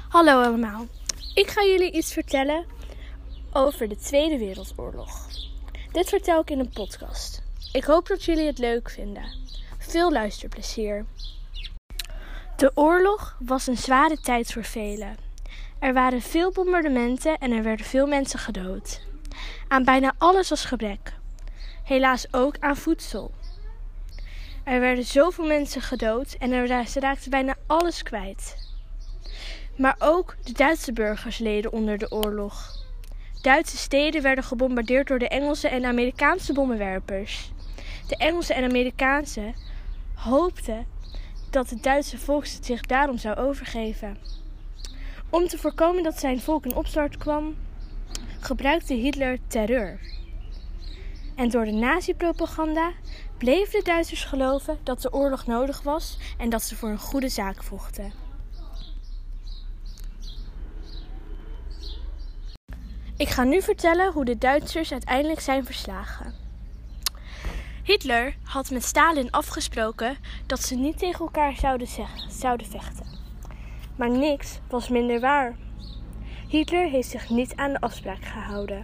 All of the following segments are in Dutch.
Hallo allemaal, ik ga jullie iets vertellen over de Tweede Wereldoorlog. Dit vertel ik in een podcast. Ik hoop dat jullie het leuk vinden. Veel luisterplezier. De oorlog was een zware tijd voor velen. Er waren veel bombardementen en er werden veel mensen gedood. Aan bijna alles was gebrek. Helaas ook aan voedsel. Er werden zoveel mensen gedood en ze raakten bijna alles kwijt. Maar ook de Duitse burgers leden onder de oorlog. Duitse steden werden gebombardeerd door de Engelse en Amerikaanse bommenwerpers. De Engelse en Amerikaanse hoopten dat het Duitse volk zich daarom zou overgeven. Om te voorkomen dat zijn volk in opstand kwam, gebruikte Hitler terreur. En door de nazi-propaganda bleven de Duitsers geloven dat de oorlog nodig was en dat ze voor een goede zaak vochten. Ik ga nu vertellen hoe de Duitsers uiteindelijk zijn verslagen. Hitler had met Stalin afgesproken dat ze niet tegen elkaar zouden vechten. Maar niks was minder waar. Hitler heeft zich niet aan de afspraak gehouden.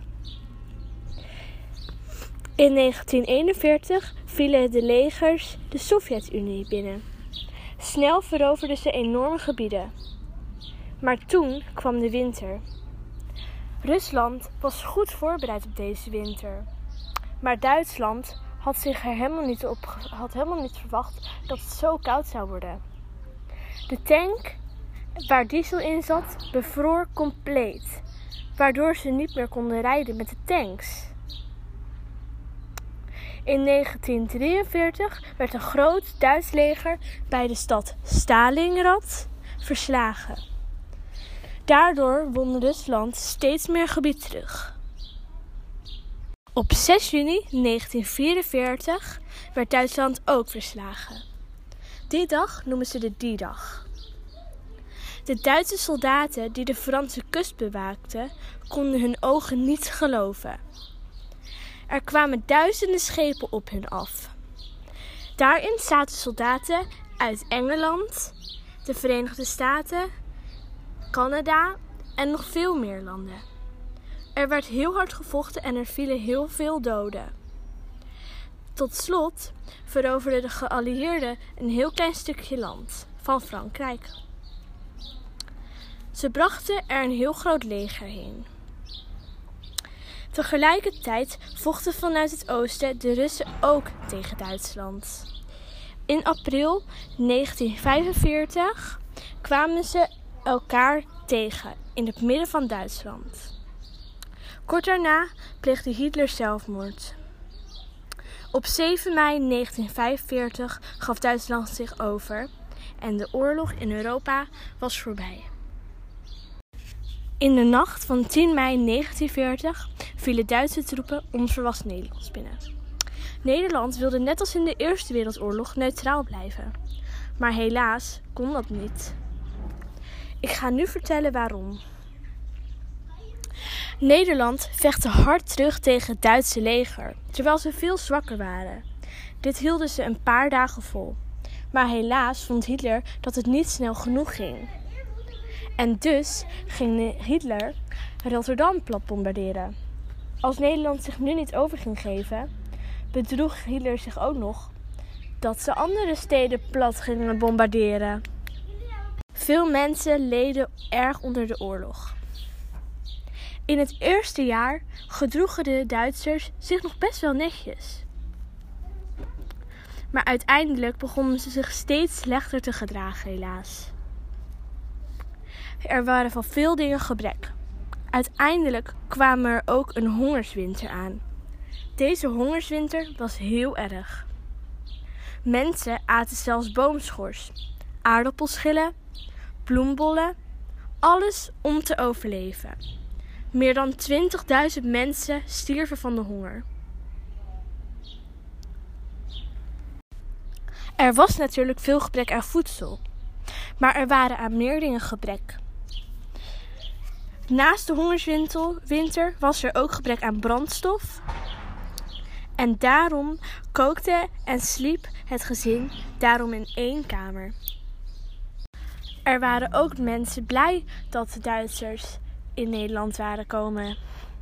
In 1941 vielen de legers de Sovjet-Unie binnen. Snel veroverden ze enorme gebieden. Maar toen kwam de winter. Rusland was goed voorbereid op deze winter. Maar Duitsland had helemaal niet verwacht dat het zo koud zou worden. De tank waar diesel in zat bevroor compleet, waardoor ze niet meer konden rijden met de tanks. In 1943 werd een groot Duits leger bij de stad Stalingrad verslagen. Daardoor won Rusland steeds meer gebied terug. Op 6 juni 1944 werd Duitsland ook verslagen. Die dag noemen ze de D-dag. De Duitse soldaten die de Franse kust bewaakten, konden hun ogen niet geloven. Er kwamen duizenden schepen op hen af. Daarin zaten soldaten uit Engeland, de Verenigde Staten, Canada en nog veel meer landen. Er werd heel hard gevochten en er vielen heel veel doden. Tot slot veroverden de geallieerden een heel klein stukje land van Frankrijk. Ze brachten er een heel groot leger heen. Tegelijkertijd vochten vanuit het oosten de Russen ook tegen Duitsland. In april 1945 kwamen ze elkaar tegen in het midden van Duitsland. Kort daarna pleegde Hitler zelfmoord. Op 7 mei 1945 gaf Duitsland zich over en de oorlog in Europa was voorbij. In de nacht van 10 mei 1940 vielen Duitse troepen onverwachts Nederland binnen. Nederland wilde net als in de Eerste Wereldoorlog neutraal blijven. Maar helaas kon dat niet. Ik ga nu vertellen waarom. Nederland vechtte hard terug tegen het Duitse leger, terwijl ze veel zwakker waren. Dit hielden ze een paar dagen vol. Maar helaas vond Hitler dat het niet snel genoeg ging. En dus ging Hitler Rotterdam plat bombarderen. Als Nederland zich nu niet over ging geven, bedroeg Hitler zich ook nog dat ze andere steden plat gingen bombarderen. Veel mensen leden erg onder de oorlog. In het eerste jaar gedroegen de Duitsers zich nog best wel netjes. Maar uiteindelijk begonnen ze zich steeds slechter te gedragen, helaas. Er waren van veel dingen gebrek. Uiteindelijk kwam er ook een hongerswinter aan. Deze hongerswinter was heel erg. Mensen aten zelfs boomschors, aardappelschillen, bloembollen, alles om te overleven. Meer dan 20.000 mensen stierven van de honger. Er was natuurlijk veel gebrek aan voedsel, maar er waren aan meer dingen gebrek. Naast de hongerswinter was er ook gebrek aan brandstof. En daarom kookte en sliep het gezin daarom in één kamer. Er waren ook mensen blij dat de Duitsers in Nederland waren komen.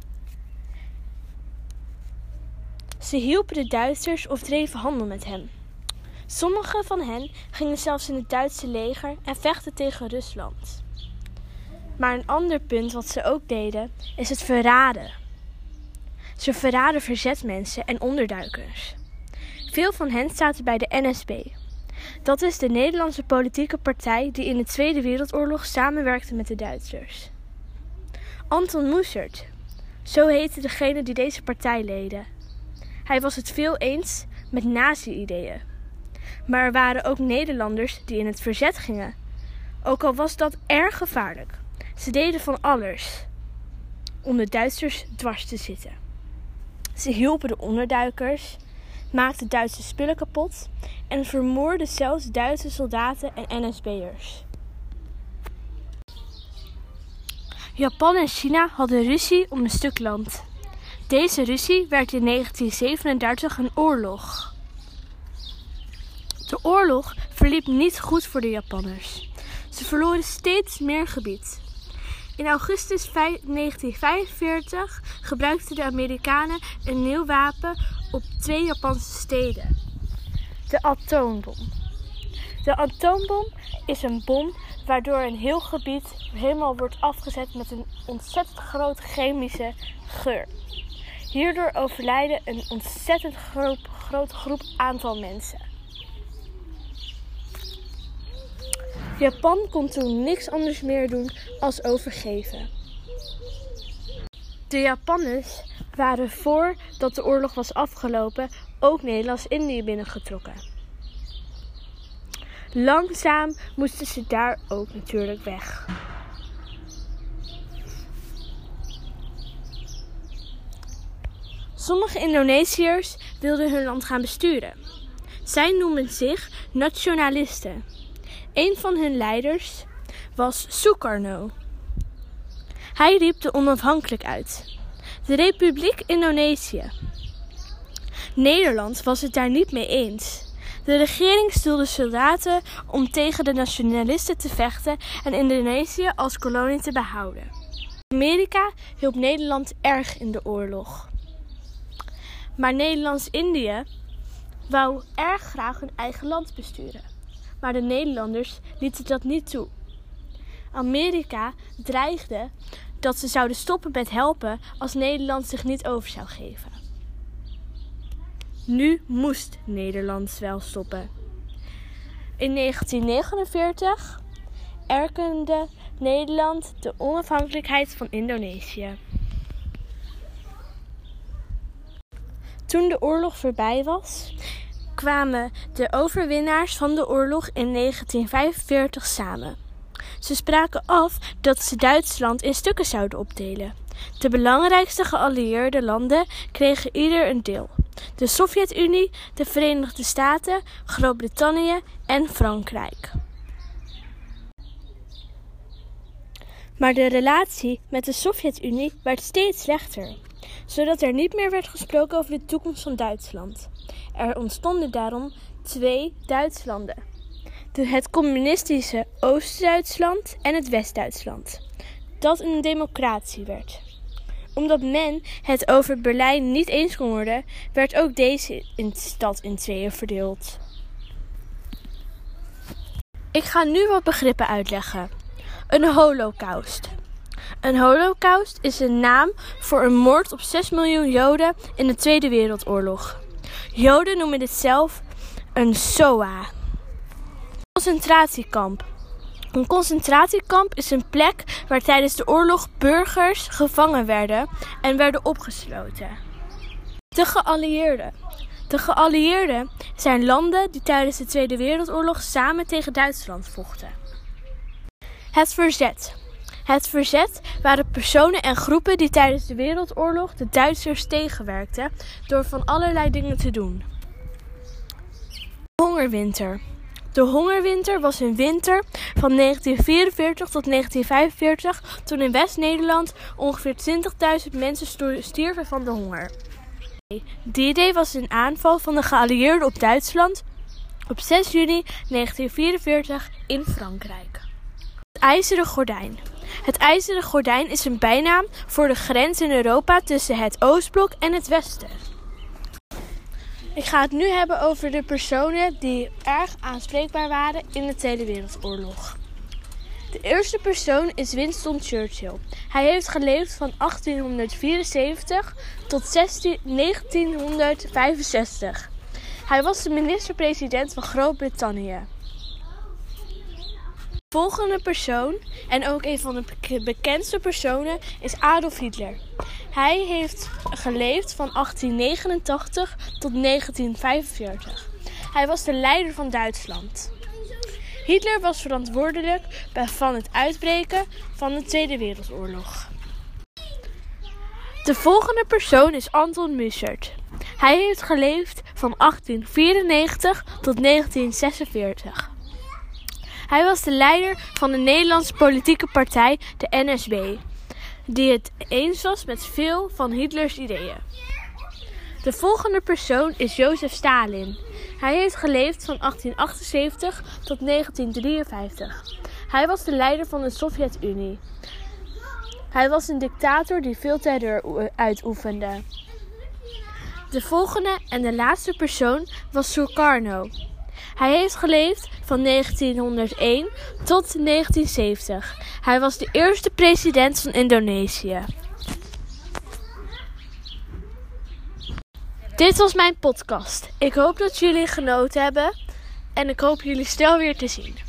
Ze hielpen de Duitsers of dreven handel met hen. Sommigen van hen gingen zelfs in het Duitse leger en vechten tegen Rusland. Maar een ander punt wat ze ook deden, is het verraden. Ze verraden verzetmensen en onderduikers. Veel van hen zaten bij de NSB. Dat is de Nederlandse politieke partij die in de Tweede Wereldoorlog samenwerkte met de Duitsers. Anton Mussert, zo heette degene die deze partij leidde. Hij was het veel eens met nazi-ideeën. Maar er waren ook Nederlanders die in het verzet gingen. Ook al was dat erg gevaarlijk. Ze deden van alles om de Duitsers dwars te zitten. Ze hielpen de onderduikers, maakten Duitse spullen kapot en vermoordden zelfs Duitse soldaten en NSB'ers. Japan en China hadden ruzie om een stuk land. Deze ruzie werd in 1937 een oorlog. De oorlog verliep niet goed voor de Japanners. Ze verloren steeds meer gebied. In augustus 1945 gebruikten de Amerikanen een nieuw wapen op 2 Japanse steden. De atoombom. De atoombom is een bom waardoor een heel gebied helemaal wordt afgezet met een ontzettend grote chemische geur. Hierdoor overlijden een ontzettend grote groep aantal mensen. Japan kon toen niks anders meer doen als overgeven. De Japanners waren voordat de oorlog was afgelopen ook Nederlands-Indië binnengetrokken. Langzaam moesten ze daar ook natuurlijk weg. Sommige Indonesiërs wilden hun land gaan besturen. Zij noemden zich nationalisten. Een van hun leiders was Sukarno. Hij riep de onafhankelijk uit. De Republiek Indonesië. Nederland was het daar niet mee eens. De regering stuurde soldaten om tegen de nationalisten te vechten en Indonesië als kolonie te behouden. Amerika hielp Nederland erg in de oorlog. Maar Nederlands-Indië wou erg graag hun eigen land besturen. Maar de Nederlanders lieten dat niet toe. Amerika dreigde dat ze zouden stoppen met helpen als Nederland zich niet over zou geven. Nu moest Nederland wel stoppen. In 1949 erkende Nederland de onafhankelijkheid van Indonesië. Toen de oorlog voorbij was, kwamen de overwinnaars van de oorlog in 1945 samen. Ze spraken af dat ze Duitsland in stukken zouden opdelen. De belangrijkste geallieerde landen kregen ieder een deel. De Sovjet-Unie, de Verenigde Staten, Groot-Brittannië en Frankrijk. Maar de relatie met de Sovjet-Unie werd steeds slechter, zodat er niet meer werd gesproken over de toekomst van Duitsland. Er ontstonden daarom 2 Duitslanden. Het communistische Oost-Duitsland en het West-Duitsland, dat een democratie werd. Omdat men het over Berlijn niet eens kon worden, werd ook deze stad in 2 verdeeld. Ik ga nu wat begrippen uitleggen. Een holocaust. Een holocaust is een naam voor een moord op 6 miljoen Joden in de Tweede Wereldoorlog. Joden noemen dit zelf een SOA. Concentratiekamp. Een concentratiekamp is een plek waar tijdens de oorlog burgers gevangen werden en werden opgesloten. De geallieerden. De geallieerden zijn landen die tijdens de Tweede Wereldoorlog samen tegen Duitsland vochten. Het verzet. Het verzet waren personen en groepen die tijdens de Wereldoorlog de Duitsers tegenwerkten door van allerlei dingen te doen. Hongerwinter. De hongerwinter was een winter van 1944 tot 1945, toen in West-Nederland ongeveer 20.000 mensen stierven van de honger. D-Day was een aanval van de geallieerden op Duitsland op 6 juni 1944 in Frankrijk. Het IJzeren Gordijn. Het IJzeren Gordijn is een bijnaam voor de grens in Europa tussen het Oostblok en het Westen. Ik ga het nu hebben over de personen die erg aanspreekbaar waren in de Tweede Wereldoorlog. De eerste persoon is Winston Churchill. Hij heeft geleefd van 1874 tot 1965. Hij was de minister-president van Groot-Brittannië. De volgende persoon, en ook een van de bekendste personen, is Adolf Hitler. Hij heeft geleefd van 1889 tot 1945. Hij was de leider van Duitsland. Hitler was verantwoordelijk van het uitbreken van de Tweede Wereldoorlog. De volgende persoon is Anton Mussert. Hij heeft geleefd van 1894 tot 1946. Hij was de leider van de Nederlandse politieke partij, de NSB, die het eens was met veel van Hitlers ideeën. De volgende persoon is Jozef Stalin. Hij heeft geleefd van 1878 tot 1953. Hij was de leider van de Sovjet-Unie. Hij was een dictator die veel terreur uitoefende. De volgende en de laatste persoon was Sukarno. Hij heeft geleefd van 1901 tot 1970. Hij was de eerste president van Indonesië. Dit was mijn podcast. Ik hoop dat jullie genoten hebben en ik hoop jullie snel weer te zien.